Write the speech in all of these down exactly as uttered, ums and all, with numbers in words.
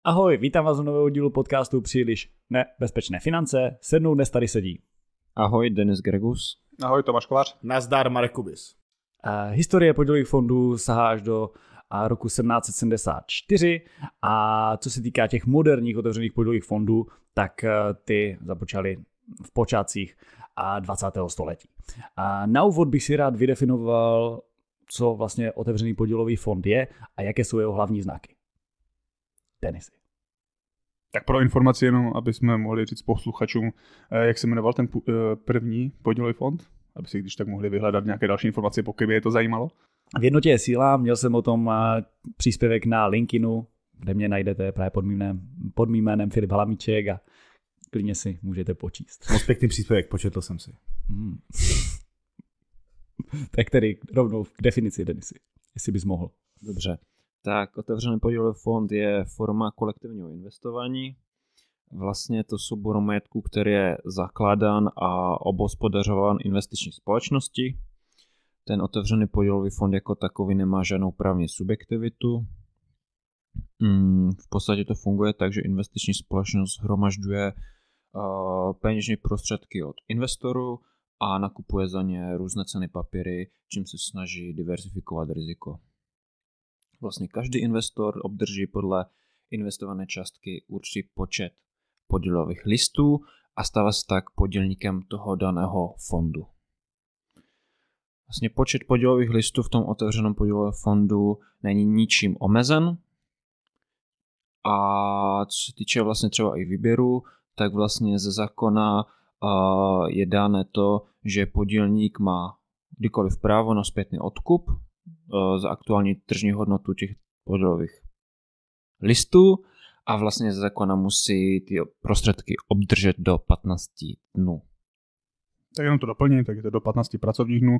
Ahoj, vítám vás u nového dílu podcastu Příliš nebezpečné finance. Se mnou dnes tady sedí. Ahoj, Denis Gregus. Ahoj, Tomáš Kovář. Nazdar, Marek Kubis. Uh, historie podílových fondů sahá až do uh, roku sedmnáct set sedmdesát čtyři a co se týká těch moderních otevřených podílových fondů, tak uh, ty započaly v počátcích uh, dvacátého století. Uh, na úvod bych si rád vydefinoval, co vlastně otevřený podílový fond je a jaké jsou jeho hlavní znaky. Denisy. Tak pro informaci jenom, aby jsme mohli říct posluchačům, jak se jmenoval ten první podílový fond, aby si když tak mohli vyhledat nějaké další informace, pokud by je to zajímalo. V jednotě je síla, měl jsem o tom příspěvek na LinkedInu, kde mě najdete právě pod mým jménem, pod mým jménem Filip Halamíček a klidně si můžete počíst. Moc pěkný příspěvek, početl jsem si. Hmm. Tak tedy rovnou k definici, Denisy, jestli bys mohl. Dobře. Tak otevřený podílový fond je forma kolektivního investování. Vlastně to soubor majetku, který je zakládán a obhospodařován investiční společnosti. Ten otevřený podílový fond jako takový nemá žádnou právní subjektivitu. V podstatě to funguje tak, že investiční společnost shromažďuje peněžní prostředky od investorů a nakupuje za ně různé cenné papíry, čím se snaží diverzifikovat riziko. Vlastně každý investor obdrží podle investované částky určitý počet podílových listů a stává se tak podílníkem toho daného fondu. Vlastně počet podílových listů v tom otevřeném podílovém fondu není ničím omezen. A co se týče vlastně třeba i výběru, tak vlastně ze zákona uh, je dáno to, že podílník má kdykoliv právo na zpětný odkup za aktuální tržní hodnotu těch podílových listů a vlastně ze zákona musí ty prostředky obdržet do patnáct dnů. Tak jenom to doplním, tak je to do patnáct pracovních dnů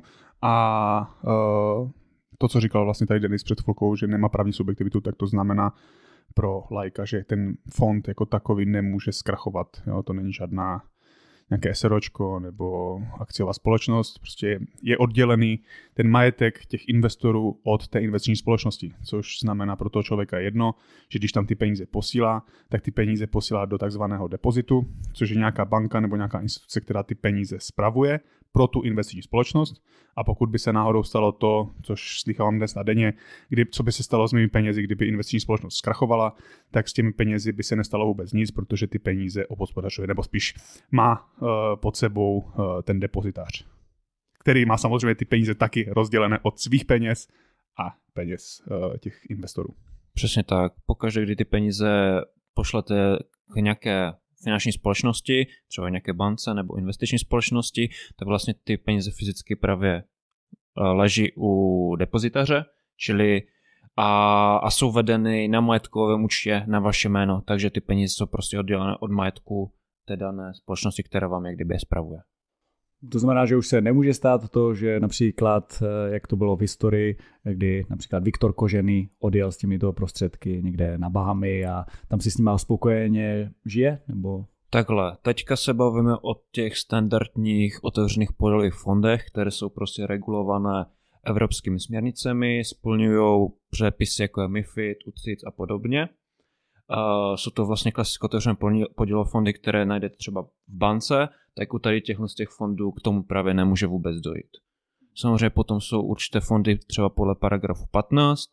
a uh, to, co říkal vlastně tady Denis před chvilkou, že nemá právní subjektivitu, tak to znamená pro laika, že ten fond jako takový nemůže zkrachovat. Jo? To není žádná nějaké SROčko nebo akciová společnost, prostě je oddělený ten majetek těch investorů od té investiční společnosti, což znamená pro toho člověka jedno, že když tam ty peníze posílá, tak ty peníze posílá do takzvaného depozitu, což je nějaká banka nebo nějaká instituce, která ty peníze spravuje pro tu investiční společnost a pokud by se náhodou stalo to, což slychávám dnes na denně, kdy, co by se stalo s mými penězi, kdyby investiční společnost zkrachovala, tak s těmi penězi by se nestalo vůbec nic, protože ty peníze obhospodařuje, nebo spíš má uh, pod sebou uh, ten depozitář, který má samozřejmě ty peníze taky rozdělené od svých peněz a peněz uh, těch investorů. Přesně tak. Pokaždé, kdy ty peníze pošlete k nějaké finanční společnosti, třeba nějaké bance nebo investiční společnosti, tak vlastně ty peníze fyzicky právě leží u depozitáře, čili a, a jsou vedeny na majetkovém účtě na vaše jméno, takže ty peníze jsou prostě oddělené od majetku té dané společnosti, která vám jak kdyby je spravuje. To znamená, že už se nemůže stát to, že například, jak to bylo v historii, kdy například Viktor Kožený odjel s těmito prostředky někde na Bahamy a tam si s nimi spokojeně žije? Nebo... Takhle, teďka se bavíme o těch standardních otevřených podílových fondech, které jsou prostě regulované evropskými směrnicemi, splňují předpisy jako je MiFID, U C I T S a podobně. Uh, jsou to vlastně klasické otevřené podílové fondy, které najdete třeba v bance, tak u tady těchto z těch fondů k tomu právě nemůže vůbec dojít. Samozřejmě potom jsou určité fondy třeba podle paragrafu patnáct,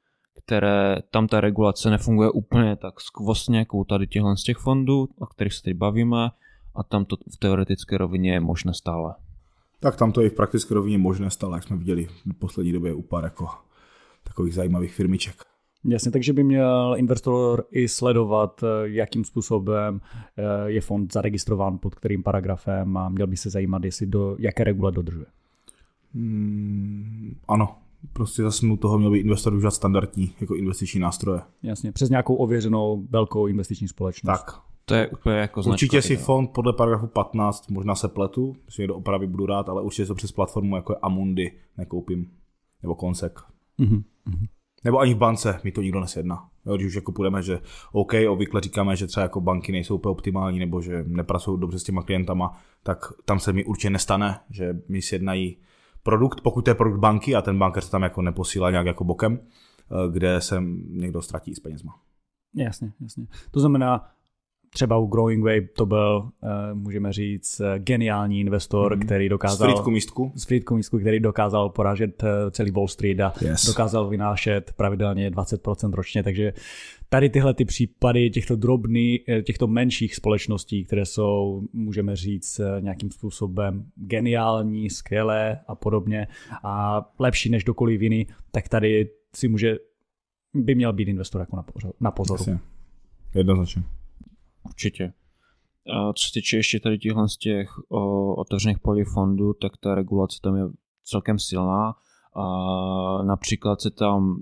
které tam ta regulace nefunguje úplně tak skvostně jako u tady těchto z těch fondů, o kterých se teď bavíme, a tam to v teoretické rovině je možné stále. Tak tam to je v praktické rovině možné stále, jak jsme viděli v poslední době u pár jako takových zajímavých firmiček. Jasně, takže by měl investor i sledovat, jakým způsobem je fond zaregistrován, pod kterým paragrafem a měl by se zajímat, jestli do jaké regule dodržuje. Mm, ano, prostě zase u toho měl by investor využívat standardní jako investiční nástroje. Jasně, přes nějakou ověřenou velkou investiční společnost. Tak. To je úplně jako značka. Určitě si fond podle paragrafu patnáct, možná se pletu, když někdo opravy budu rád, ale určitě to přes platformu jako je Amundi nekoupím, nebo Konsek. Mm-hmm. Nebo ani v bance mi to nikdo nesjedná. Jo, když už jako půjdeme, že OK, obvykle říkáme, že třeba jako banky nejsou úplně optimální nebo že nepracují dobře s těma klientama, tak tam se mi určitě nestane, že mi sjednají produkt, pokud to je produkt banky a ten banker se tam jako neposílá nějak jako bokem, kde se někdo ztratí s penězma. Jasně, jasně. To znamená, třeba u Growing Way to byl, můžeme říct, geniální investor, mm. který dokázal... Z Frýdku místku. Z Frýdku místku, který dokázal porážet celý Wall Street a yes. dokázal vynášet pravidelně dvacet procent ročně, takže tady tyhle ty případy těchto drobných, těchto menších společností, které jsou, můžeme říct, nějakým způsobem geniální, skvělé a podobně a lepší než kdokoliv jiný, tak tady si může, by měl být investor jako na, pozor, na pozoru. Jasně. Jednoznačně. Určitě. A co se týče ještě tady těchhle z těch o, otevřených polí fondů, tak ta regulace tam je celkem silná. A například se tam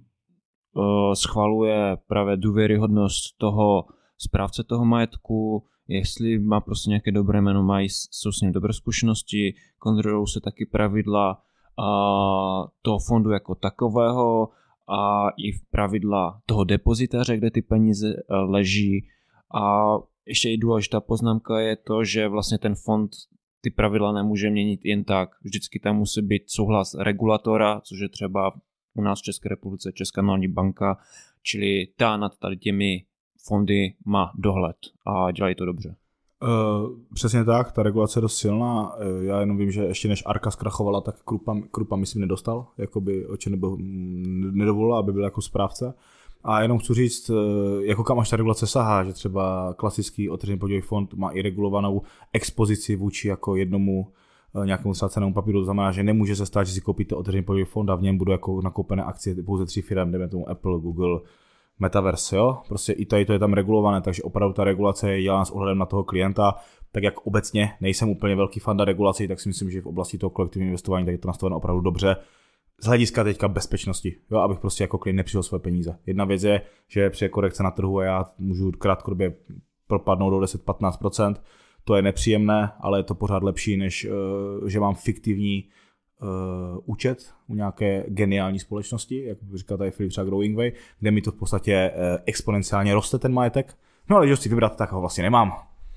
o, schvaluje právě důvěryhodnost toho správce toho majetku, jestli má prostě nějaké dobré jméno, mají, jsou s ním dobré zkušenosti, kontrolují se taky pravidla a, toho fondu jako takového a i pravidla toho depozitáře, kde ty peníze leží. A ještě i důležitá poznámka je to, že vlastně ten fond ty pravidla nemůže měnit jen tak. Vždycky tam musí být souhlas regulatora, což je třeba u nás v České republice Česká národní banka, čili ta nad tady těmi fondy má dohled a dělají to dobře. Uh, přesně tak, ta regulace je dost silná. Já jenom vím, že ještě než Arka zkrachovala, tak Krupa, Krupa myslím nedostal, jakoby oči nebo nedovolila, aby byl jako správce. A jenom chci říct, jako kam až ta regulace sahá, že třeba klasický otevřený podílový fond má i regulovanou expozici vůči jako jednomu nějakému cenému papíru, to znamená, že nemůže se stát, že si koupíte otevřený podílový fond a v něm budou jako nakoupené akcie pouze tři firmy, dejme tomu Apple, Google, Metaverse, jo? Prostě i tady to je tam regulované, takže opravdu ta regulace je dělána s ohledem na toho klienta, tak jak obecně nejsem úplně velký fanda regulací, tak si myslím, že v oblasti toho kolektivního investování tak je to nastaveno opravdu dobře. Z hlediska teďka bezpečnosti, jo, abych prostě jako klient nepřišel své peníze. Jedna věc je, že při korekce na trhu a já můžu krátkodobě propadnout do deset až patnáct procent, to je nepříjemné, ale je to pořád lepší, než uh, že mám fiktivní uh, účet u nějaké geniální společnosti, jak říká tady Filip třeba Growing Way, kde mi to v podstatě uh, exponenciálně roste ten majetek, no ale když ho chci vybrat, tak ho vlastně nemám.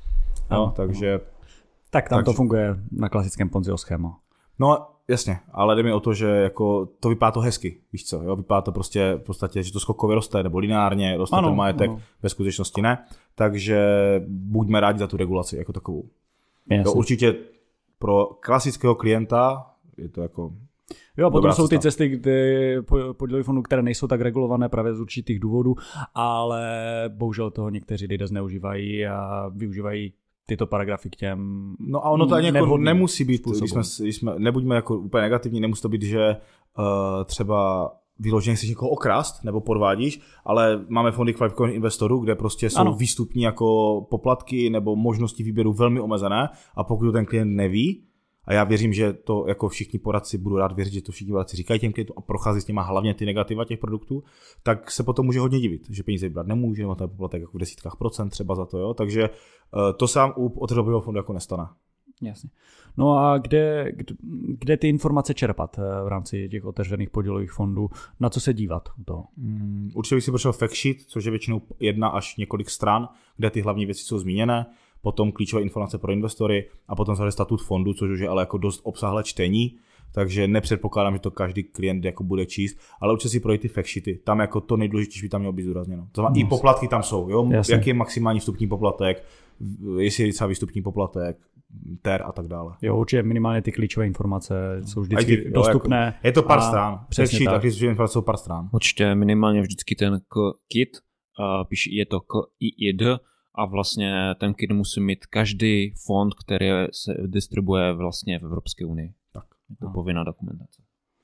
No, no, takže... Tak tam takže, to funguje na klasickém Ponziho schému. No jasně, ale jde mi o to, že jako to vypadá to hezky, víš co, jo? Vypadá to prostě v podstatě, že to skokově roste, nebo lineárně roste ano, ten majetek, ano. Ve skutečnosti ne, takže buďme rádi za tu regulaci jako takovou. Jo, určitě pro klasického klienta je to jako... Jo, a potom jsou ty cesty, kde podílový fondů, které nejsou tak regulované právě z určitých důvodů, ale bohužel toho někteří lidé zneužívají a využívají tyto paragrafy k těm. No a ono to ani jako nemusí být, když jsme, když jsme, nebuďme jako úplně negativní, nemusí to být, že uh, třeba vyloženě chceš někoho okrást nebo podvádíš, ale máme fondy kvalifikovaných investorů, kde prostě jsou ano. výstupní jako poplatky nebo možnosti výběru velmi omezené a pokud to ten klient neví, a já věřím, že to jako všichni poradci, budu rád věřit, že to všichni poradci říkají těm klientům a prochází s těma hlavně ty negativa těch produktů, tak se potom může hodně divit, že peníze vybrat nemůže, nebo ten poplatek jako v desítkách procent třeba za to, jo. Takže to sám u otevřeného fondu jako nestane. Jasně. No a kde, kde, kde ty informace čerpat v rámci těch otevřených podílových fondů? Na co se dívat u toho? Hmm, určitě bych si prošel fact sheet, což je většinou jedna až několik stran, kde ty hlavní věci jsou zmíněné. Potom klíčové informace pro investory a potom zase statut fondu, což už je ale jako dost obsáhlé čtení, takže nepředpokládám, že to každý klient jako bude číst, ale určitě si projít ty fact sheety. Tam jako to nejdůležitější by tam mělo být zdůrazněno. To znamená, i poplatky tam jsou, jo? Jaký je maximální vstupní poplatek, jestli je třeba výstupní poplatek, ter a tak dále. Jo, určitě minimálně ty klíčové informace jsou vždycky ty, dostupné. Jo, jako, je to pár strán. Přesně tak. Takže informace jsou pár strán. Určitě minimálně vždycky ten kit, uh, píš, je to K I D, a vlastně ten kit musí mít každý fond, který se distribuje vlastně v Evropské unii. Tak, je to no. povinná dokumentace.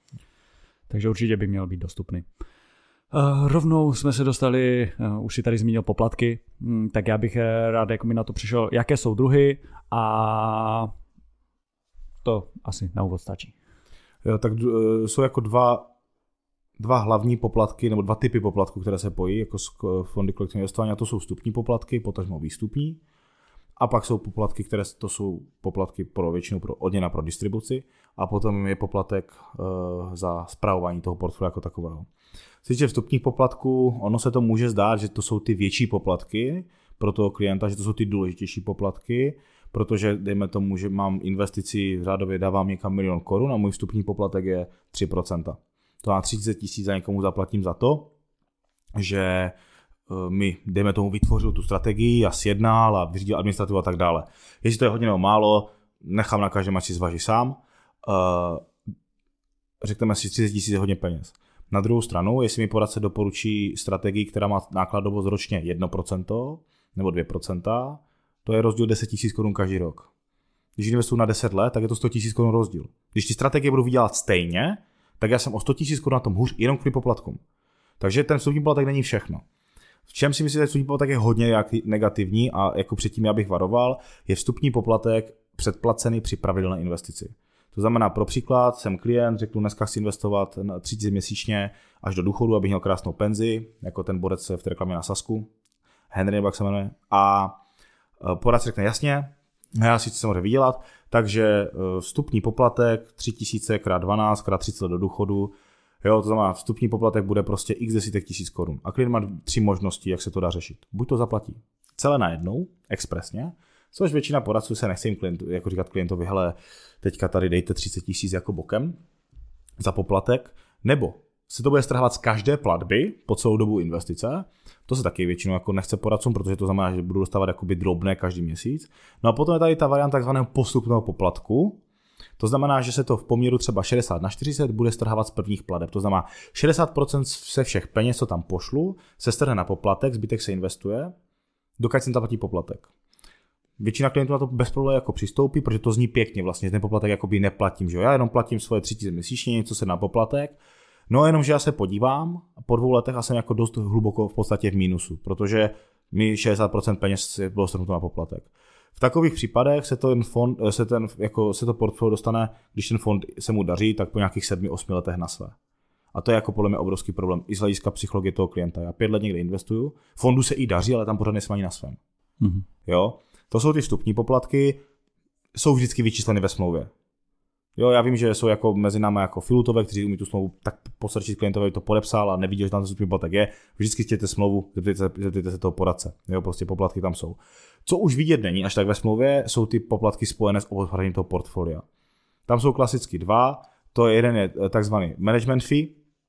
Takže určitě by měl být dostupný. Uh, rovnou jsme se dostali, uh, už si tady zmínil poplatky, hmm, tak já bych rád jako mi na to přišel, jaké jsou druhy a to asi na úvod stačí. Jo, tak uh, jsou jako dva dva hlavní poplatky, nebo dva typy poplatků, které se pojí jako fondy kolektivního investování, a to jsou vstupní poplatky, potažmo výstupní. A pak jsou poplatky, které to jsou poplatky pro většinu pro odměna pro distribuci a potom je poplatek uh, za spravování toho portfolia jako takového. Co se týče vstupních poplatků, ono se to může zdát, že to jsou ty větší poplatky pro toho klienta, že to jsou ty důležitější poplatky, protože dejme tomu, že mám investici, řádově dávám někam milion korun a můj vstupní poplatek je tři procenta. To na třicet tisíc za někomu zaplatím za to, že mi, dejme tomu, vytvořil tu strategii a sjednal a vyřídil administrativu a tak dále. Jestli to je hodně nebo málo, nechám na každém, ať si zvaží sám. Řekneme si, třicet tisíc je hodně peněz. Na druhou stranu, jestli mi poradce doporučí strategii, která má nákladovost ročně jedno procento nebo dvě procenta, to je rozdíl deset tisíc korun každý rok. Když investuju na deset let, tak je to sto tisíc korun rozdíl. Když ty strategie budu vydělat stejně, tak já jsem o sto tisíc korun na tom hůř jenom kvůli poplatkům. Takže ten vstupní poplatek není všechno. V čem si myslím, že vstupní poplatek je hodně negativní a jako předtím já bych varoval, je vstupní poplatek předplacený při pravidelné investici. To znamená, pro příklad, jsem klient, řeknu, dneska chci investovat na tři tisíce měsíčně až do důchodu, abych měl krásnou penzi, jako ten borec v té reklamě na Sasku, Henry, nebo jak se jmenuje, a poradce řekne jasně, já si chci samozřejmě vydělat, takže vstupní poplatek tři tisíce krát dvanáct krát třicet do důchodu, jo, to znamená, vstupní poplatek bude prostě x desítek tisíc korun. A klient má tři možnosti, jak se to dá řešit. Buď to zaplatí celé najednou, expresně, což většina poradců se nechce jim klientu, jako říkat klientovi, hele, teďka tady dejte třicet tisíc jako bokem za poplatek, nebo se to bude strhávat z každé platby po celou dobu investice. To se taky většinou jako nechce poradcům, protože to znamená, že budu dostávat jakoby drobné každý měsíc. No a potom je tady ta varianta takzvaného postupného poplatku. To znamená, že se to v poměru třeba šedesát na čtyřicet bude strhávat z prvních plateb. To znamená, šedesát procent se všech peněz, co tam pošlu, se strhne na poplatek, zbytek se investuje, dokud jsem zaplatí poplatek. Většina klientů na to bez problémů jako přistoupí, protože to zní pěkně vlastně, ten poplatek jakoby neplatím, že jo? Já jenom platím svoje tři tisíce měsíčně, něco se na poplatek. No jenom, že já se podívám po dvou letech a jsem jako dost hluboko v podstatě v mínusu, protože mi šedesát procent peněz bylo strhnuto na poplatek. V takových případech se to, ten fond, se, ten, jako, se to portfolio dostane, když ten fond se mu daří, tak po nějakých sedmi osmi letech na své. A to je jako podle mě obrovský problém i z hlediska psychologie toho klienta. Já pět let někde investuju, fondu se i daří, ale tam pořád nejsem ani na svém. Mm-hmm. Jo? To jsou ty vstupní poplatky, jsou vždycky vyčísleny ve smlouvě. Jo, já vím, že jsou jako mezi námi jako filutové, kteří umí tu smlouvu tak posrčit klientovi, to podepsal a neviděl, že tam ten vstupní poplatek je. Vždycky chtějte smlouvu, zeptejte, zeptejte se toho poradce. Jo, prostě poplatky tam jsou. Co už vidět není až tak ve smlouvě, jsou ty poplatky spojené s obhospodařením toho portfolia. Tam jsou klasicky dva, to je jeden je takzvaný management fee,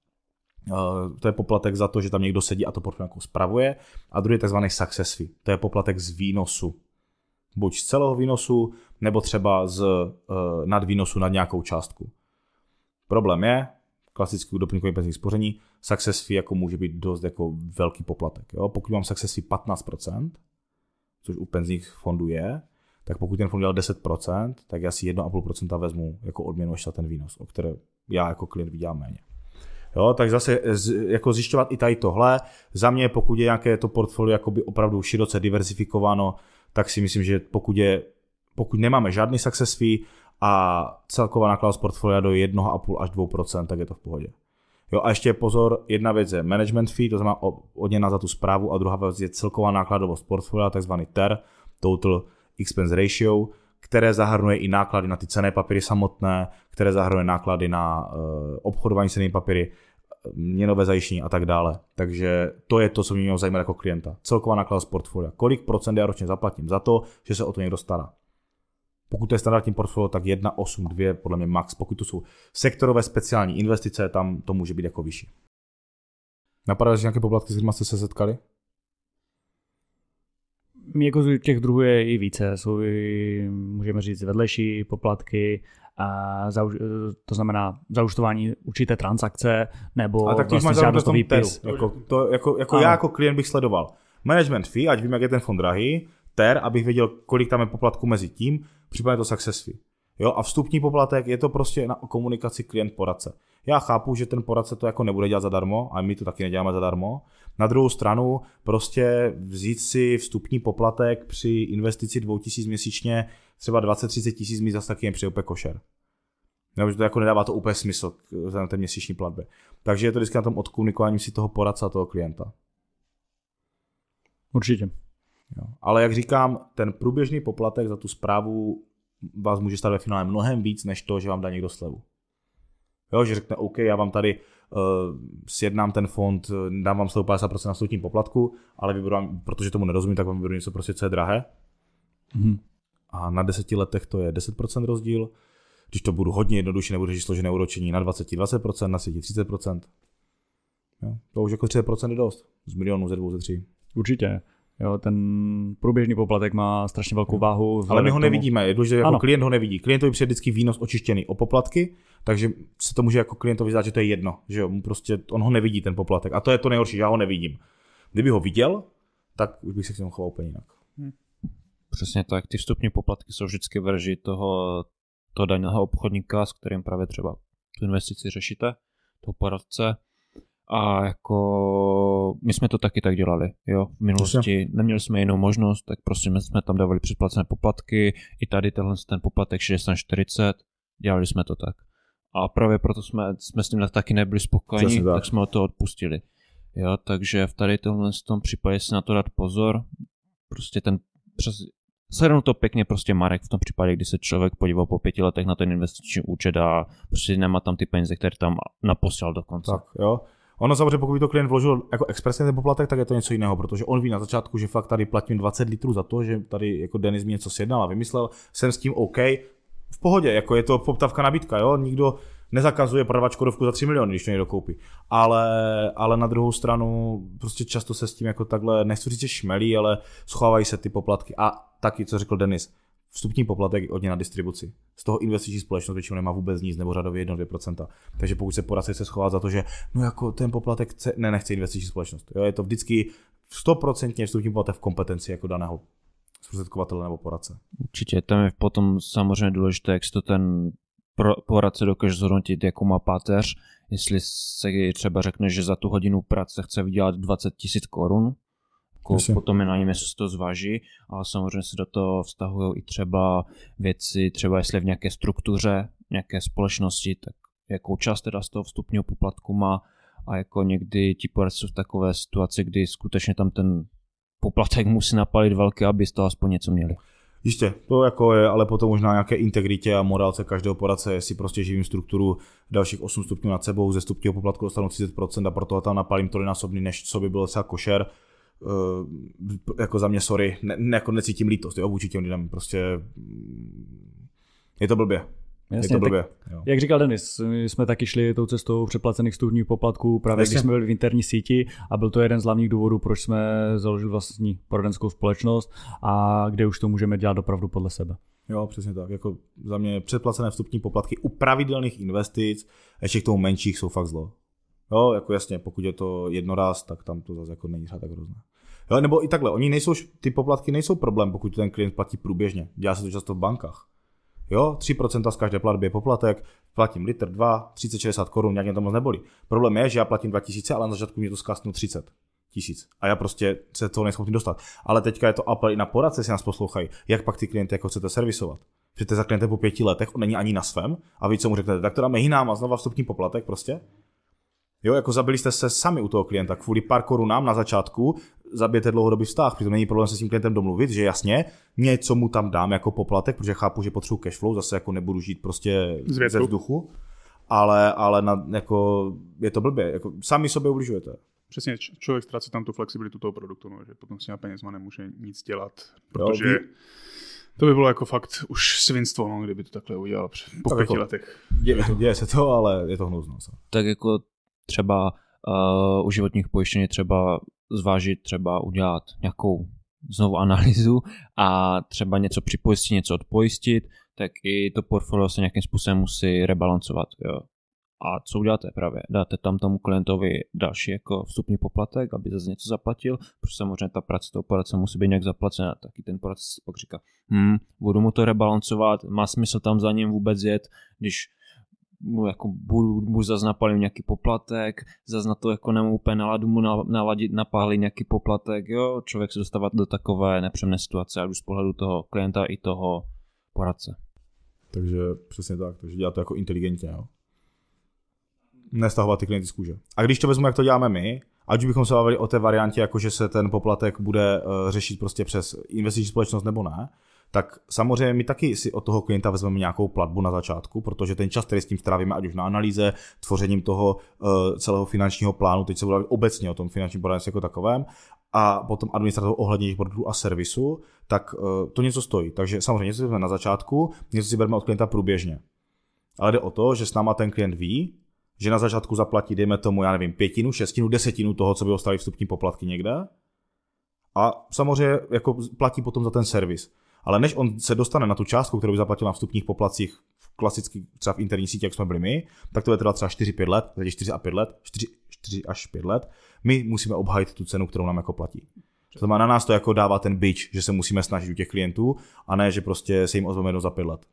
to je poplatek za to, že tam někdo sedí a to portfolio jako spravuje, a druhý je takzvaný success fee, to je poplatek z výnosu. Buď z celého výnosu, nebo třeba z uh, nadvýnosu nad nějakou částku. Problém je, klasický doplňkový penzijní spoření, success fee jako může být dost jako velký poplatek. Jo? Pokud mám success fee patnáct procent, což u penzijních fondů je, tak pokud ten fond dělal deset procent, tak já si jedna celá pět procenta vezmu jako odměnu ještě za ten výnos, o které já jako klient vydělám méně. Jo, tak zase jako zjišťovat i tady tohle. Za mě, pokud je nějaké to portfolio jakoby opravdu široce diversifikováno, tak si myslím, že pokud, je, pokud nemáme žádný success fee a celková nákladovost portfolia do jedna celá pět až dvě procenta, tak je to v pohodě. Jo, a ještě pozor, jedna věc je management fee, to znamená odměna za tu správu, a druhá věc je celková nákladovost portfolia, takzvaný T E R, Total Expense Ratio, které zahrnuje i náklady na ty cenné papíry samotné, které zahrnuje náklady na uh, obchodování s cennými papíry, měnové zajištění a tak dále. Takže to je to, co mě mělo zajímat jako klienta. Celková nákladovost portfolia. Kolik procent já ročně zaplatím za to, že se o to někdo stará. Pokud to je standardní portfolio, tak jedna celá osm dvě podle mě max. Pokud to jsou sektorové speciální investice, tam to může být jako vyšší. Napadá, že nějaké poplatky, s kterými jste se setkali? Jako těch druhů je i více. Jsou i, můžeme říct, vedlejší poplatky, a za, to znamená zaučtování určité transakce, nebo a tak vlastně žádostný výpis. Jako, to, jako, jako já jako klient bych sledoval management fee, ať vím, jak je ten fond drahý, T E R, abych věděl, kolik tam je poplatku mezi tím, případně to success fee. Jo, a vstupní poplatek je to prostě na komunikaci klient-poradce. Já chápu, že ten poradce to jako nebude dělat zadarmo, a my to taky neděláme zadarmo. Na druhou stranu prostě vzít si vstupní poplatek při investici dvou tisíc měsíčně, třeba dvacet třicet tisíc mi zase taky nepřijde úplně košer. Nebo že to jako nedává to úplně smysl na té měsíční platbě. Takže je to vždycky na tom odkomunikováním si toho poradce a toho klienta. Určitě. Jo. Ale jak říkám, ten průběžný poplatek za tu správu vás může stát ve finále mnohem víc, než to, že vám dá někdo slevu. Jo, že řekne, OK, já vám tady uh, sjednám ten fond, dám vám slevu padesát procent na vstupním poplatku, ale vyberu vám, protože tomu nerozumím, tak vám vyberu něco prostě, co je drahé. Mm-hmm. A na deseti letech to je deset procent rozdíl. Když to budu hodně jednoduše, nebudu řešit složené úročení, na dvacet dvacet procent, na třicet třicet procent. Jo. To už jako třicet procent je dost. Z milionu, ze dvou, ze tří. Určitě. Jo, ten průběžný poplatek má strašně velkou váhu. Ale my ho tomu... nevidíme, je důležité, jako ano. klient ho nevidí. Klientovi přijde vždycky výnos očištěný o poplatky, takže se to může jako klientovi zdát, že to je jedno, že jo, mu prostě on ho nevidí ten poplatek. A to je to nejhorší, že já ho nevidím. Kdyby ho viděl, tak už bych se k němu choval úplně jinak. Hmm. Přesně tak, ty vstupní poplatky jsou vždycky verži toho, toho daného obchodníka, s kterým právě třeba tu investici řešíte, toho poradce. A jako my jsme to taky tak dělali, jo, v minulosti neměli jsme jinou možnost, tak prostě jsme tam dávali předplacené poplatky, i tady tenhle ten poplatek šedesát čtyřicet, dělali jsme to tak. A právě proto jsme, jsme s tím taky nebyli spokojeni, tak. tak jsme od toho odpustili. Jo, takže v tady tomhle tom případě si na to dát pozor, prostě ten přes slednou to pěkně prostě Marek v tom případě, kdy se člověk podíval po pěti letech na ten investiční účet a prostě nemá tam ty peníze, které tam naposílal dokonce. Tak, jo. Ono samozřejmě, pokud by to klient vložil jako expresně ten poplatek, tak je to něco jiného, protože on ví na začátku, že fakt tady platím dvacet litrů za to, že tady jako Denis mi něco sjednal a vymyslel, jsem s tím OK, v pohodě, jako je to poptávka nabídka, jo, nikdo nezakazuje prodávat Škodovku za tři miliony, když to někdo koupí, ale, ale na druhou stranu prostě často se s tím jako takhle, nechci říct, že šmelí, ale schovávají se ty poplatky a taky, co řekl Denis, vstupní poplatek je hodně na distribuci. Z toho investiční společnost většinou nemá vůbec nic nebo řadově jedna až dvě procenta. Takže pokud se poradce se schová za to, že no jako ten poplatek chce, ne, nechce investiční společnost. Jo, je to vždycky sto procent vstupní poplatek v kompetenci jako daného zprostředkovatele nebo poradce. Určitě, tam je potom samozřejmě důležité, jak si to ten poradce dokáže zhodnotit, jakou má páteř. Jestli se třeba řekne, že za tu hodinu práce chce vydělat dvacet tisíc korun, potom je na něm, jestli se to zváží, ale samozřejmě se do toho vztahují i třeba věci, třeba jestli v nějaké struktuře, nějaké společnosti, tak jakou část teda z toho vstupního poplatku má a jako někdy ti poradci jsou v takové situaci, kdy skutečně tam ten poplatek musí napalit velký, aby z toho aspoň něco měli. Jistě, to jako je, ale potom možná nějaké integritě a morálce každého poradce, jestli prostě živím strukturu dalších osm stupňů nad sebou, ze stupního poplatku dostanu třicet procent a proto tam napalím trojnásobný, než co by bylo třeba košer. Uh, jako za mě sorry, ne, ne, jako necítím lítost, jo, vůči těm lidem, prostě je to blbě. Jasně, je to blbě. Jo. Jak říkal Denis, my jsme taky šli tou cestou předplacených vstupních poplatků, právě Jasně. když jsme byli v interní síti a byl to jeden z hlavních důvodů, proč jsme založili vlastní poradenskou společnost a kde už to můžeme dělat opravdu podle sebe. Jo, přesně tak. Jako za mě předplacené vstupní poplatky u pravidelných investic, ještě k tomu menších jsou fakt zlo. Jo, jako jasně, pokud je to jednoraz, tak tam to zase jako není třeba tak hrozné. Jo, nebo i takhle, oni nejsou, ty poplatky nejsou problém, pokud ten klient platí průběžně. Dělá se to často v bankách. Jo, tři procenta z každé platby je poplatek, platím litr, dva, třicet šedesát korun, nějak mě to moc nebolí. Problém je, že já platím dva tisíce, ale na začátku mě to zkásnu třicet tisíc. A já prostě se toho nejsem dostat. Ale teďka je to apel i na poradce, si nás poslouchají, jak pak ty klienty jako chcete servisovat. Přijďte za klientem po pěti letech, on není ani na svém, a vy co mu řeknete, tak to dáme jinám a znova vstupní poplatek prostě. Jo, jako zabili jste se sami u toho klienta kvůli pár korunám na začátku, zabijete dlouhodobý vztah, přitom není problém se s tím klientem domluvit, že jasně, něco mu tam dám jako poplatek, protože chápu, že potřebuji cashflow, zase jako nebudu žít prostě ze vzduchu, ale, ale na, jako, je to blbě, jako, sami sobě ubližujete. Přesně, č- člověk ztrácí tam tu flexibilitu toho produktu, no, že potom s těma penězma nemůže nic dělat, protože jo, to by bylo jako fakt už svinstvo, no, kdyby to takhle udělal po tak pěti jako, letech. Děje, děje se to, ale je to hnusno. Tak jako třeba uh, u životních pojištění třeba zvážit, třeba udělat nějakou znovu analýzu a třeba něco připojistit, něco odpojistit, tak i to portfolio se nějakým způsobem musí rebalancovat. Jo. A co uděláte právě? Dáte tam tomu klientovi další jako vstupní poplatek, aby zase něco zaplatil, protože samozřejmě ta práce toho poradce musí být nějak zaplacená. Taky ten poradce si pak říká, hm, budu mu to rebalancovat, má smysl tam za ním vůbec jet, když mu jako budu, budu zase napalím nějaký poplatek, zase na to jako nemůžu úplně naladu mu naladit, napálit nějaký poplatek, jo, člověk se dostává do takové nepříjemné situace, ať už z pohledu toho klienta i toho poradce. Takže přesně tak, takže dělat to jako inteligentně, jo. Nestahovat ty klienty z kůže. A když to vezmu, jak to děláme my, ať bychom se bavili o té variantě, jako že se ten poplatek bude uh, řešit prostě přes investiční společnost nebo ne, tak samozřejmě my taky si od toho klienta vezmeme nějakou platbu na začátku, protože ten čas, který s tím strávíme, ať už na analýze, tvořením toho uh, celého finančního plánu, teď se bude obecně o tom finančním poradenství jako takovém, a potom administrativou ohledně těch produktů a servisu, tak uh, to něco stojí. Takže samozřejmě něco si vezmeme na začátku, něco si bereme od klienta průběžně. Ale jde o to, že s náma ten klient ví, že na začátku zaplatí, dejme tomu, já nevím, pětinu, šestinu, desetinu toho, co by dostali vstupní poplatky někde. A samozřejmě jako platí potom za ten servis. Ale než on se dostane na tu částku, kterou by zaplatil na vstupních poplatcích v klasický, třeba v interní síti, jak jsme byli my, tak to je teda třeba čtyři pět let, tedy čtyři a pět let, čtyři až pět let, my musíme obhajit tu cenu, kterou nám jako platí. To znamená, na nás to jako dává ten bič, že se musíme snažit u těch klientů, a ne, že prostě se jim ozveme jednou za pět let.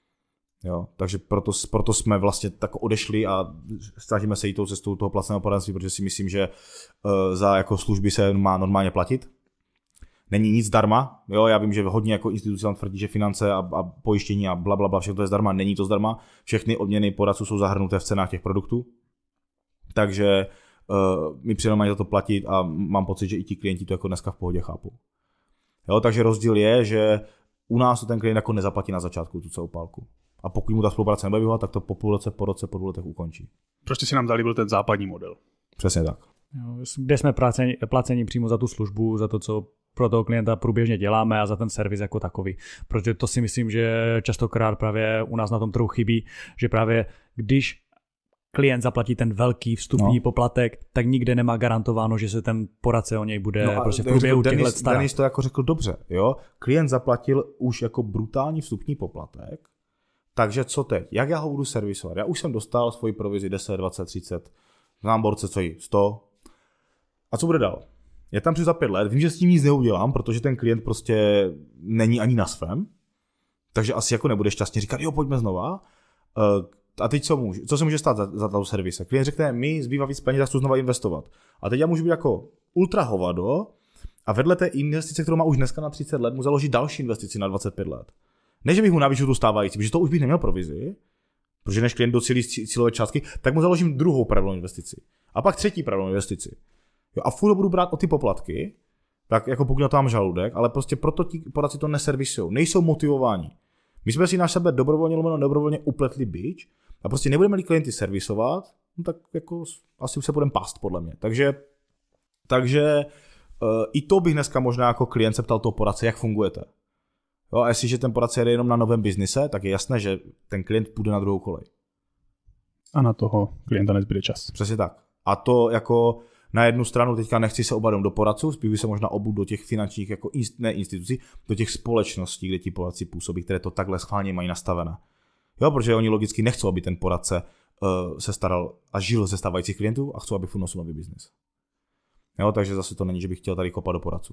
Jo, takže proto, proto jsme vlastně tak odešli a snažíme se jít tou cestou toho placeného poradenství, protože si myslím, že uh, za jako služby se má normálně platit. Není nic zdarma, jo, já vím, že hodně jako instituce tam tvrdí, že finance a, a pojištění a bla, bla, bla, všechno to je zdarma, není to zdarma, všechny odměny poradců jsou zahrnuté v cenách těch produktů, takže uh, my přijedeme za to platit a mám pocit, že i ti klienti to jako dneska v pohodě chápou. Jo, takže rozdíl je, že u nás to ten klient jako nezaplatí na začátku tu celou pálku. A pokud mu ta spolupráce nebude vyhovovat, tak to po půl roce, po roce, po dvou letech ukončí. Prostě si nám zalíbil ten západní model. Přesně tak. Jo, kde jsme placeni, placeni přímo za tu službu, za to, co pro toho klienta průběžně děláme a za ten servis jako takový. Protože to si myslím, že častokrát právě u nás na tom trhu chybí, že právě když klient zaplatí ten velký vstupní no. poplatek, tak nikde nemá garantováno, že se ten poradce o něj bude no prostě v průběhu těch let starat. Denis to jako řekl dobře, jo. Klient zaplatil už jako brutální vstupní poplatek, takže co teď? Jak já ho budu servisovat? Já už jsem dostal svoji provizi deset, dvacet, třicet, znám borce, co jí, sto. A co bude dál? Já tam přijdu za pět let, vím, že s tím nic neudělám, protože ten klient prostě není ani na svém, takže asi jako nebude šťastně říkat, jo, pojďme znova. A teď co můžu? Co se může stát za, za toho servise? Klient řekne, mi zbývá víc peněz, chci znova investovat. A teď já můžu být jako ultra hovado a vedle té investice, kterou má už dneska na třicet let, mu založit další investici na dvacet pět let. Ne, že bych mu navýšil tu stávající, protože to už bych neměl provizi, protože než klient docílí cílové částky, tak mu založím druhou pravidelnou investici. A pak třetí pravidelnou investici. Jo, a furt budu brát o ty poplatky, tak jako pokud na to mám žaludek, ale prostě proto ti poradci to neservisujou, nejsou motivováni. My jsme si na sebe dobrovolně lomeno dobrovolně upletli bič a prostě nebudeme-li klienty servisovat, no tak jako asi už se budeme pást podle mě. Takže, takže uh, i to bych dneska možná jako klient se ptal toho poradce, jak fungujete. Jo, a jestliže ten poradce jede jenom na novém biznise, tak je jasné, že ten klient půjde na druhou kolej. A na toho klienta nezbyde čas. Přesně tak. A to jako na jednu stranu teďka nechci se obat do poradců, spíš by se možná obud do těch finančních jako inst, ne institucí, do těch společností, kde ti poradci působí, které to takhle schválně mají nastavené. Jo, protože oni logicky nechcou, aby ten poradce uh, se staral a žil ze stávajících klientů a chcou, aby furt nosil nový biznis. Jo, takže zase to není, že bych chtěl tady kopat do poradců.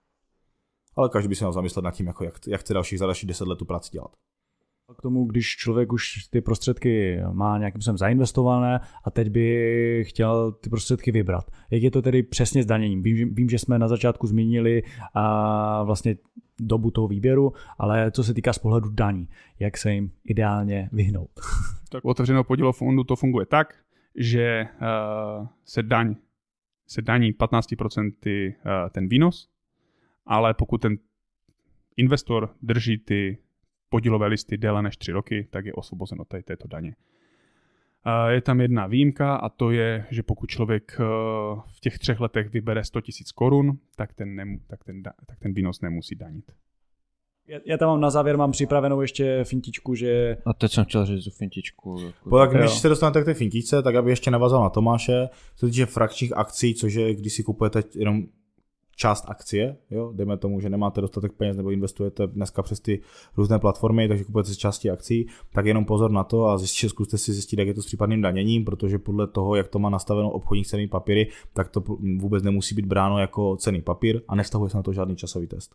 Ale každý by se měl zamyslet nad tím, jako jak, jak chce dalších za další deset let tu práci dělat. K tomu, když člověk už ty prostředky má nějakým způsobem zainvestované a teď by chtěl ty prostředky vybrat. Jak je to tedy přesně s daněním? Vím, vím že jsme na začátku zmínili a vlastně dobu toho výběru, ale co se týká z pohledu daní, jak se jim ideálně vyhnout? Tak otevřeného podílu fondu to funguje tak, že uh, se daň se daní patnáct procent uh, ten výnos, ale pokud ten investor drží ty podílové listy déle než tři roky, tak je osvobozen od této daně. Je tam jedna výjimka a to je, že pokud člověk v těch třech letech vybere sto tisíc korun, tak ten, nemu, tak, ten, tak ten výnos nemusí danit. Já tam mám na závěr mám připravenou ještě fintičku, že... A teď jsem chtěl říct tu fintičku. Jako... Tak když se dostanete k té fintičce, tak aby ještě navázal na Tomáše, co týče frakčních akcí, což je, když si kupujete jenom část akcie, jo, dejme tomu, že nemáte dostatek peněz nebo investujete dneska přes ty různé platformy, takže kupujete z části akcí, tak jenom pozor na to a zjistě, zkuste si zjistit, jak je to s případným daněním, protože podle toho, jak to má nastaveno obchodní cenný papíry, tak to vůbec nemusí být bráno jako cenný papír a nevztahuje se na to žádný časový test.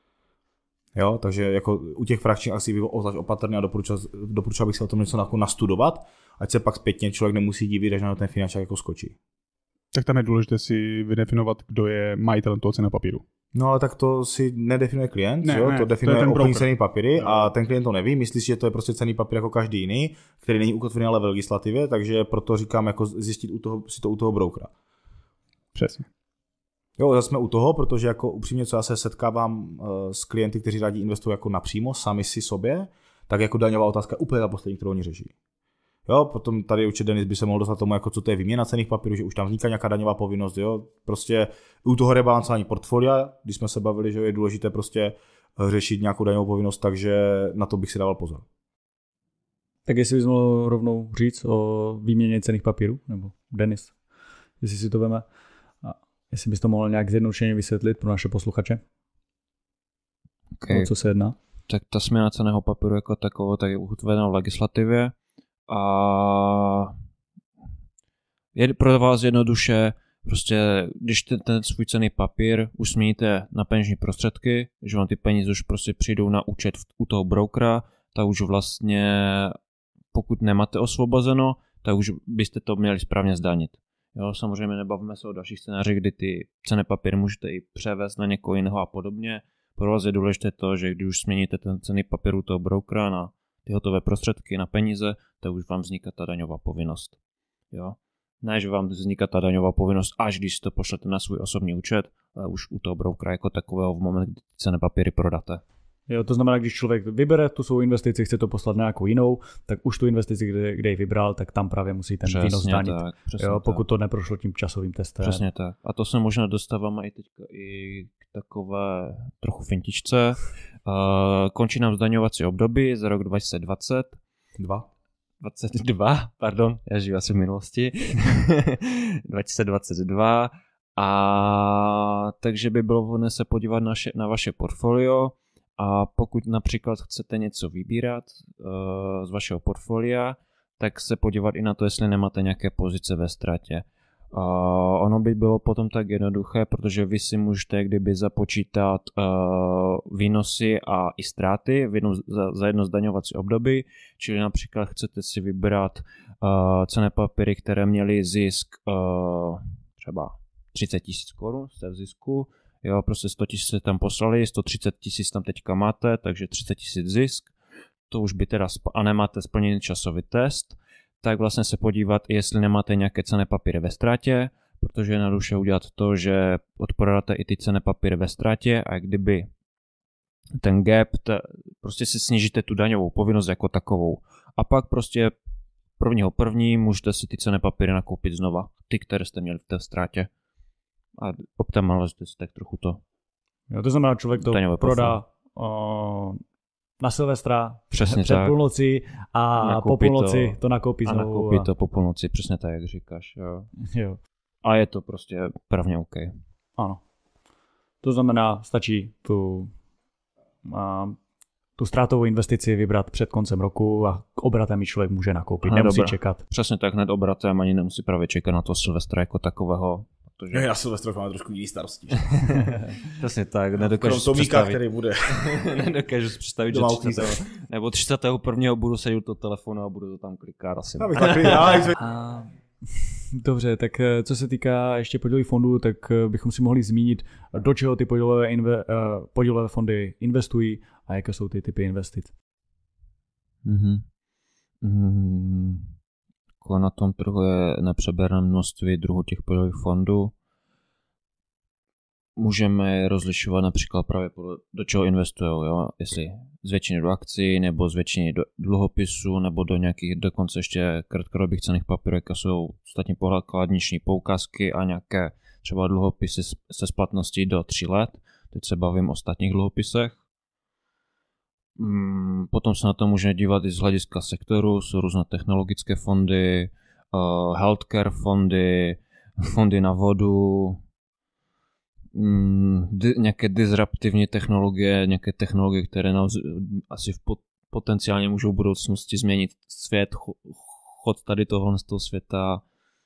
Jo, takže jako u těch frakčních akcí bych obzvlášť opatrný a doporučil, doporučil bych se o tom něco jako nastudovat, ať se pak zpětně člověk nemusí divit, až na ten finančák jako skočí. Tak tam je důležité si vydefinovat, kdo je majitelem toho cenného papíru. No ale tak to si nedefinuje klient, ne, jo? Ne, to definuje to obchodní cenný papíry no. A ten klient to neví, myslí si, že to je prostě cenný papír jako každý jiný, který není ukotvený ale v legislativě, takže proto říkám jako zjistit u toho, si to u toho brokera. Přesně. Jo, zase jsme u toho, protože jako upřímně, co já se setkávám uh, s klienty, kteří rádi investují jako napřímo, sami si sobě, tak jako daňová otázka je úplně ta poslední, kterou oni řeší. Jo, potom tady určitě Denis by se mohl dostat tomu, jako co to je výměna cenných papírů, že už tam vzniká nějaká daňová povinnost, jo. Prostě u toho rebalancování portfolia, když jsme se bavili, že je důležité prostě řešit nějakou daňovou povinnost, takže na to bych si dával pozor. Tak jestli bys mohl rovnou říct o výměně cenných papírů, nebo Denis, jestli si to veme, a jestli bys to mohl nějak zjednodušeně vysvětlit pro naše posluchače, okay. o co se jedná. Tak ta směna cenného papíru jako takovou, tak je ukotvena v legislativě a je pro vás jednoduše, prostě když ten, ten svůj cenný papír už směníte na peněžní prostředky, že vám ty peníze už prostě přijdou na účet u toho brokera, tak už vlastně pokud nemáte osvobozeno, tak už byste to měli správně zdanit. Jo, samozřejmě nebavíme se o dalších scénářích, kdy ty cenné papíry můžete i převést na někoho jiného a podobně. Pro vás je důležité to, že když už směníte ten cenný papír u toho brokera na ty hotové prostředky, na peníze, tak už vám vzniká ta daňová povinnost. Jo? Ne, že vám vzniká ta daňová povinnost, až když to pošlete na svůj osobní účet, ale už u toho brokera jako takového v moment, kdy cenné papíry prodáte. Jo, to znamená, když člověk vybere tu svou investici, chce to poslat na nějakou jinou, tak už tu investici, kde, kde ji vybral, tak tam právě musí ten přesně výnos zdanit. Tak, jo, pokud tak. to neprošlo tím časovým testem. Přesně tak. A to se možná dostáváme i teďka i k takové trochu fintičce. Uh, končí nám zdaňovací období za rok dva tisíce dvacet. Dva. dvacet dva, pardon, já žiju asi v minulosti. dva tisíce dvacet dva. A takže by bylo vhodné se podívat na, še, na vaše portfolio. A pokud například chcete něco vybírat uh, z vašeho portfolia, tak se podívat i na to, jestli nemáte nějaké pozice ve ztrátě. Uh, ono by bylo potom tak jednoduché, protože vy si můžete kdyby započítat uh, výnosy a i ztráty v jedno, za, za jedno zdaňovací období, čili například chcete si vybrat uh, cenné papíry, které měly zisk uh, třeba třicet tisíc korun, jste v zisku. Jo, prostě sto tisíc tam poslali, sto třicet tisíc tam teďka máte, takže třicet tisíc zisk, to už by teda, sp- a nemáte splněný časový test, tak vlastně se podívat, jestli nemáte nějaké cenné papíry ve ztrátě, protože je jednoduše udělat to, že odprodáte i ty cenné papíry ve ztrátě a kdyby ten gap, t- prostě si snížíte tu daňovou povinnost jako takovou. A pak prostě prvního první můžete si ty cenné papíry nakoupit znova, ty, které jste měli v té ztrátě. A optimalizujete si tak trochu to. Jo, to znamená, člověk to prodá o, na Silvestra přesně před tak. půlnoci a nakoupí po půlnoci to, to nakoupí a znovu. nakoupí a... to po půlnoci, přesně tak, jak říkáš. Jo. Jo. A je to prostě právně OK. Ano. To znamená, stačí tu, a, tu ztrátovou investici vybrat před koncem roku a k obratem ji člověk může nakoupit, hned nemusí dobra. čekat. Přesně tak, hned obratem, ani nemusí právě čekat na to Silvestra jako takového. Protože... Já Silvestrovi máme trošku jiný starosti. Přesně tak, nedokážu si Tomíka, představit. který bude. Nedokážu si představit, že třicátého nebo třicátého prvního budu sedět u toho telefonu a budu to tam klikat asi. A... Dobře, tak co se týká ještě podílových fondů, tak bychom si mohli zmínit, do čeho ty podílové, inve, podílové fondy investují a jaké jsou ty typy investic. Mm-hmm. Mm-hmm. Na tom trhu je nepřeberné množství druhů těch podílových fondů. Můžeme rozlišovat například právě podle, do čeho investují, jo? Jestli z většiny do akcí, nebo z většiny do dluhopisů, nebo do nějakých dokonce ještě krátkodobých cenných papírů, jako jsou ostatní pohlední poukázky a nějaké třeba dluhopisy se splatností do tří let. Teď se bavím o ostatních dluhopisech. Potom se na to můžeme dívat i z hlediska sektoru, jsou různé technologické fondy, uh, healthcare fondy, fondy na vodu, um, di- nějaké disruptivní technologie, nějaké technologie, které nám asi v pot- potenciálně můžou v budoucnosti změnit svět, chod tady tohohle z toho světa.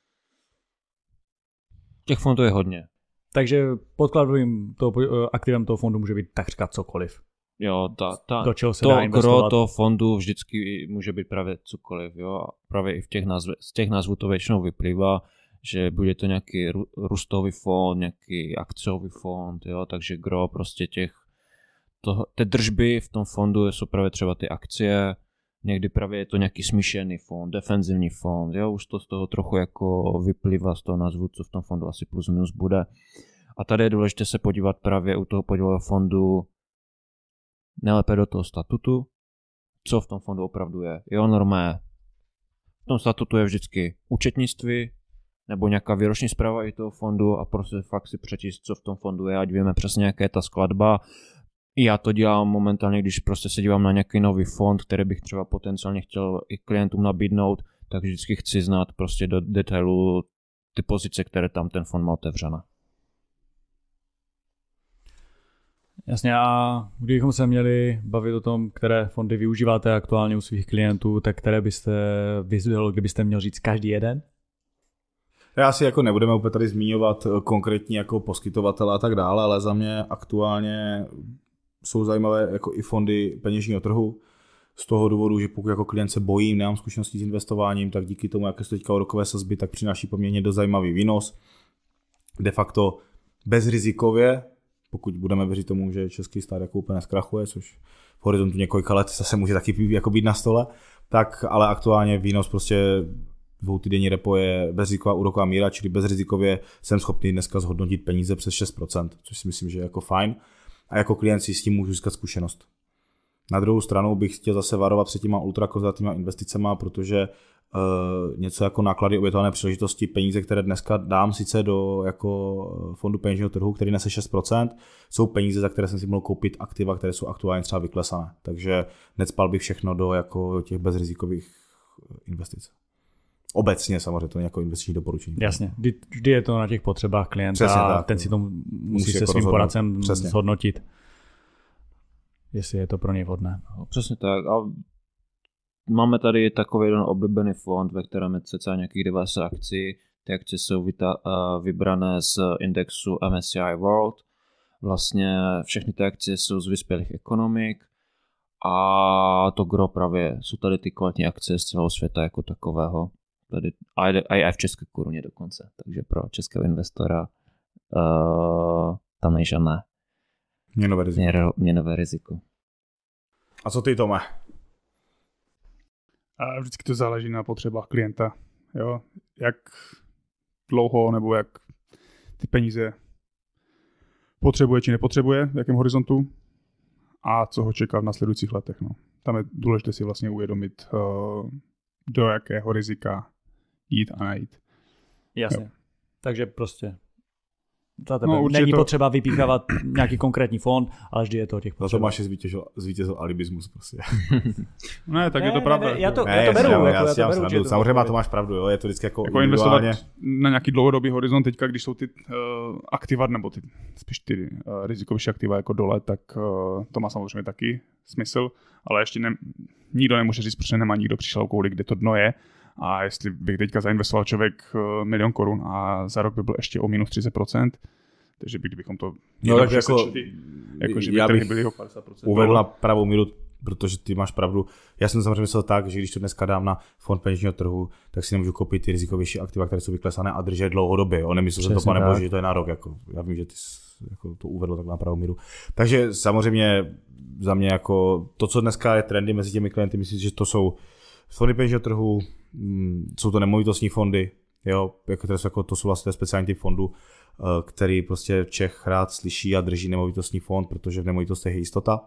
Těch fondů je hodně. Takže podkladovým toho, aktivem toho fondu může být takřka cokoliv. Jo, ta, ta, do čeho se to dá investovat. gro toho fondu vždycky může být právě cokoliv, jo, a právě i v těch názv, z těch názvů to většinou vyplývá, že bude to nějaký růstový fond, nějaký akciový fond, jo, takže gro prostě těch, toho, ty držby v tom fondu jsou právě třeba ty akcie, někdy právě je to nějaký smíšený fond, defenzivní fond, jo, už to z toho trochu jako vyplývá z toho názvu, co v tom fondu asi plus minus bude. A tady je důležité se podívat právě u toho podílového fondu nejlépe do toho statutu, co v tom fondu opravdu je. Jo, normálně. V tom statutu je vždycky účetnictví nebo nějaká výroční zpráva i toho fondu a prostě fakt si přečíst, co v tom fondu je, ať víme přesně, jaká je ta skladba. Já to dělám momentálně, když prostě se dívám na nějaký nový fond, který bych třeba potenciálně chtěl i klientům nabídnout, tak vždycky chci znát prostě do detailu ty pozice, které tam ten fond má otevřené. Jasně, a kdybychom se měli bavit o tom, které fondy využíváte aktuálně u svých klientů, tak které byste vyzdvihl, kdybyste měl říct každý jeden? Já si jako nebudeme úplně tady zmiňovat konkrétní jako poskytovatele a tak dále, ale za mě aktuálně jsou zajímavé jako i fondy peněžního trhu. Z toho důvodu, že pokud jako klient se bojím, nemám zkušenosti s investováním, tak díky tomu, jak jsou teďka úrokové sazby, tak přináší poměrně dost zajímavý výnos. De facto bezrizikově, pokud budeme věřit tomu, že český stát jako úplně neskrachuje, což v horizontu několika let zase může taky jako být na stole, tak ale aktuálně výnos prostě dvoutýdenní repo je bezriziková úroková míra, čili bezrizikově jsem schopný dneska zhodnotit peníze přes šest procent, což si myslím, že je jako fajn. A jako klient si s tím můžu získat zkušenost. Na druhou stranu bych chtěl zase varovat před těma ultrakonzervativníma investicema, protože uh, něco jako náklady obětované příležitosti, peníze, které dneska dám sice do jako fondu peněžního trhu, který nese šest procent, jsou peníze, za které jsem si mohl koupit aktiva, které jsou aktuálně třeba vyklesané. Takže necpal bych všechno do jako těch bezrizikových investic. Obecně samozřejmě to je jako investiční doporučení. Jasně, vždy, vždy je to na těch potřebách klienta a ten si to musí, musí se jako svým poradcem zhodnotit, jestli je to pro něj vhodné. Přesně tak. A máme tady takový jeden oblíbený fond, ve kterém je cca nějakých devadesát akcí. Ty akcie jsou vyta- vybrané z indexu M S C I World. Vlastně všechny ty akcie jsou z vyspělých ekonomik a to gro právě jsou tady ty kvalitní akcie z celého světa jako takového. Tady i v české koruně dokonce, takže pro českého investora uh, tam není žádné měnové riziko. měnové riziko. A co ty, Tome? A vždycky to záleží na potřebách klienta. Jo? Jak dlouho nebo jak ty peníze potřebuje či nepotřebuje, v jakém horizontu a co ho čeká v následujících letech. No. Tam je důležité si vlastně uvědomit, uh, do jakého rizika jít a najít. Jasně. Jo. Takže prostě za tebe no, není to... potřeba vypíchávat nějaký konkrétní fond, ale vždy je to o těch potřebách. Za to máš zvítězil, zvítězil alibismus prostě. Ne, tak ne, je to ne, pravda. Ne, já to, ne, já to beru. Já, jako, já, já, já to beru to samozřejmě má to máš pravdu, jo, je to vždycky jako, jako investovat na nějaký dlouhodobý horizont, teďka když jsou ty uh, aktiva, nebo ty, spíš ty uh, rizikovější aktiva jako dole, tak uh, to má samozřejmě taky smysl, ale ještě ne, nikdo nemůže říct, protože nemá nikdo přišel kouli, kde to dno je. A jestli bych teďka zainvestoval člověk uh, milion korun a za rok by byl ještě o minus třicet procent, takže by, kdybychom to no, tak jako, sečli, jako že by já bych byli o padesát procent uvedl na pravou míru, protože ty máš pravdu. Já jsem samozřejmě myslel tak, že když to dneska dám na fond peněžního trhu, tak si nemůžu koupit ty rizikovější aktiva, které jsou vyklesané a držet dlouhodobě. Jo? Nemyslel jsem to, pane bože, že to je na rok. Jako, já vím, že ty jako, to uvedl tak na pravou míru. Takže samozřejmě za mě jako to, co dneska je trendy mezi těmi klienty, myslím, že to jsou fondy peněžního trhu, jsou to nemovitostní fondy, jo, jako to, jsou, jako, to jsou vlastně speciální typ fondů, který prostě Čech rád slyší a drží nemovitostní fond, protože v nemovitostech je jistota.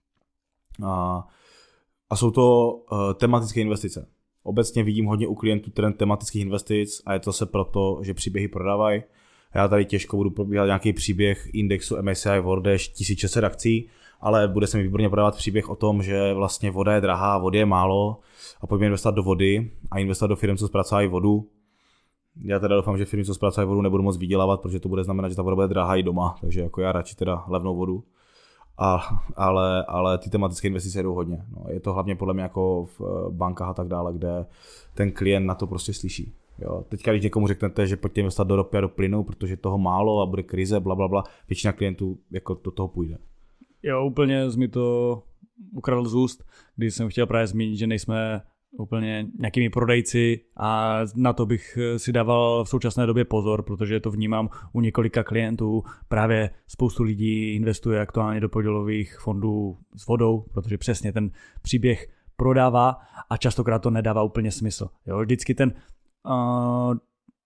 A, a jsou to uh, tematické investice. Obecně vidím hodně u klientů trend tematických investic a je to se proto, že příběhy prodávají. Já tady těžko budu probíhat nějaký příběh indexu M S C I World tisíc šest set akcí, ale bude se mi výborně prodávat příběh o tom, že vlastně voda je drahá, vody je málo a pojďme investovat do vody a investovat do firm, co zpracovají vodu. Já teda doufám, že firmy, co zpracovají vodu, nebudou moc vydělávat, protože to bude znamenat, že ta voda bude drahá i doma, takže jako já radši teda levnou vodu. A, ale, ale ty tematické investice jdou hodně. No, je to hlavně podle mě jako v bankách a tak dále, kde ten klient na to prostě slyší. Jo. Teďka, když někomu řeknete, že pojďte investovat do ropy a do plynu, protože toho málo a bude krize, bla, bla, bla, většina klientů jako do toho půjde. Jo, úplně jsi mi to ukradl z úst, když jsem chtěl právě zmínit, že nejsme úplně nějakými prodejci a na to bych si dával v současné době pozor, protože to vnímám u několika klientů. Právě spoustu lidí investuje aktuálně do podílových fondů s vodou, protože přesně ten příběh prodává a častokrát to nedává úplně smysl. Jo, vždycky ten uh,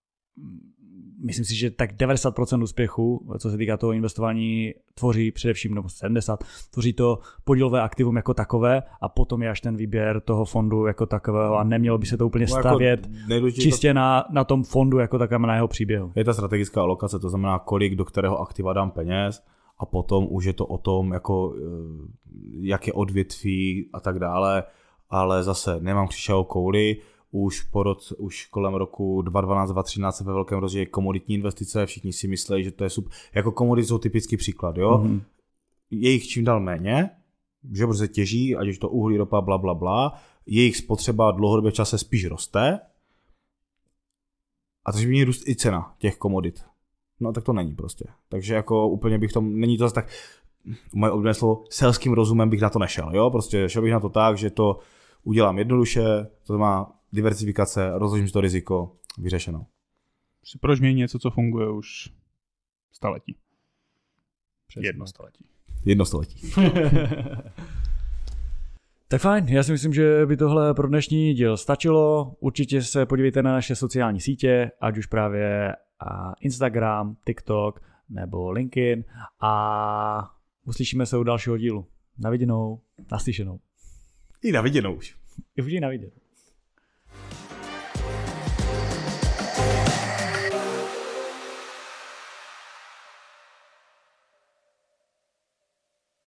myslím si, že tak devadesát procent úspěchu, co se týká toho investování, tvoří především, nebo sedmdesát procent, tvoří to podílové aktivum jako takové a potom je až ten výběr toho fondu jako takového a nemělo by se to úplně stavět no jako čistě to... na, na tom fondu jako takovém, na jeho příběhu. Je ta strategická alokace, to znamená, kolik do kterého aktiva dám peněz a potom už je to o tom, jako, jak je odvětví a tak dále, ale zase nemám křišťálovou kouli, už, po roce, už kolem roku dva tisíce dvanáct dva tisíce třináct se ve velkém rozdělí komoditní investice, všichni si myslí, že to je super. Jako komodity jsou typický příklad, jo. Mm-hmm. Je jich čím dál méně, že protože těží, ať už to uhlí, ropa, bla, bla, bla. Jejich spotřeba dlouhodobě v čase spíš roste a takže by měly růst i cena těch komodit. No tak to není prostě. Takže jako úplně bych tom, není to zase tak, moje oblíbené slovo, selským rozumem bych na to nešel, jo. Prostě šel bych na to tak, že to udělám jednoduše, to má diversifikace, rozložím si to riziko, vyřešeno. Proč mění něco, co funguje už staletí? Přesně. Jedno staletí. Jedno století. Tak fajn, já si myslím, že by tohle pro dnešní díl stačilo. Určitě se podívejte na naše sociální sítě, ať už právě Instagram, TikTok nebo LinkedIn a uslyšíme se u dalšího dílu. Na viděnou, naslyšenou. I na viděnou už. I už i na viděnou.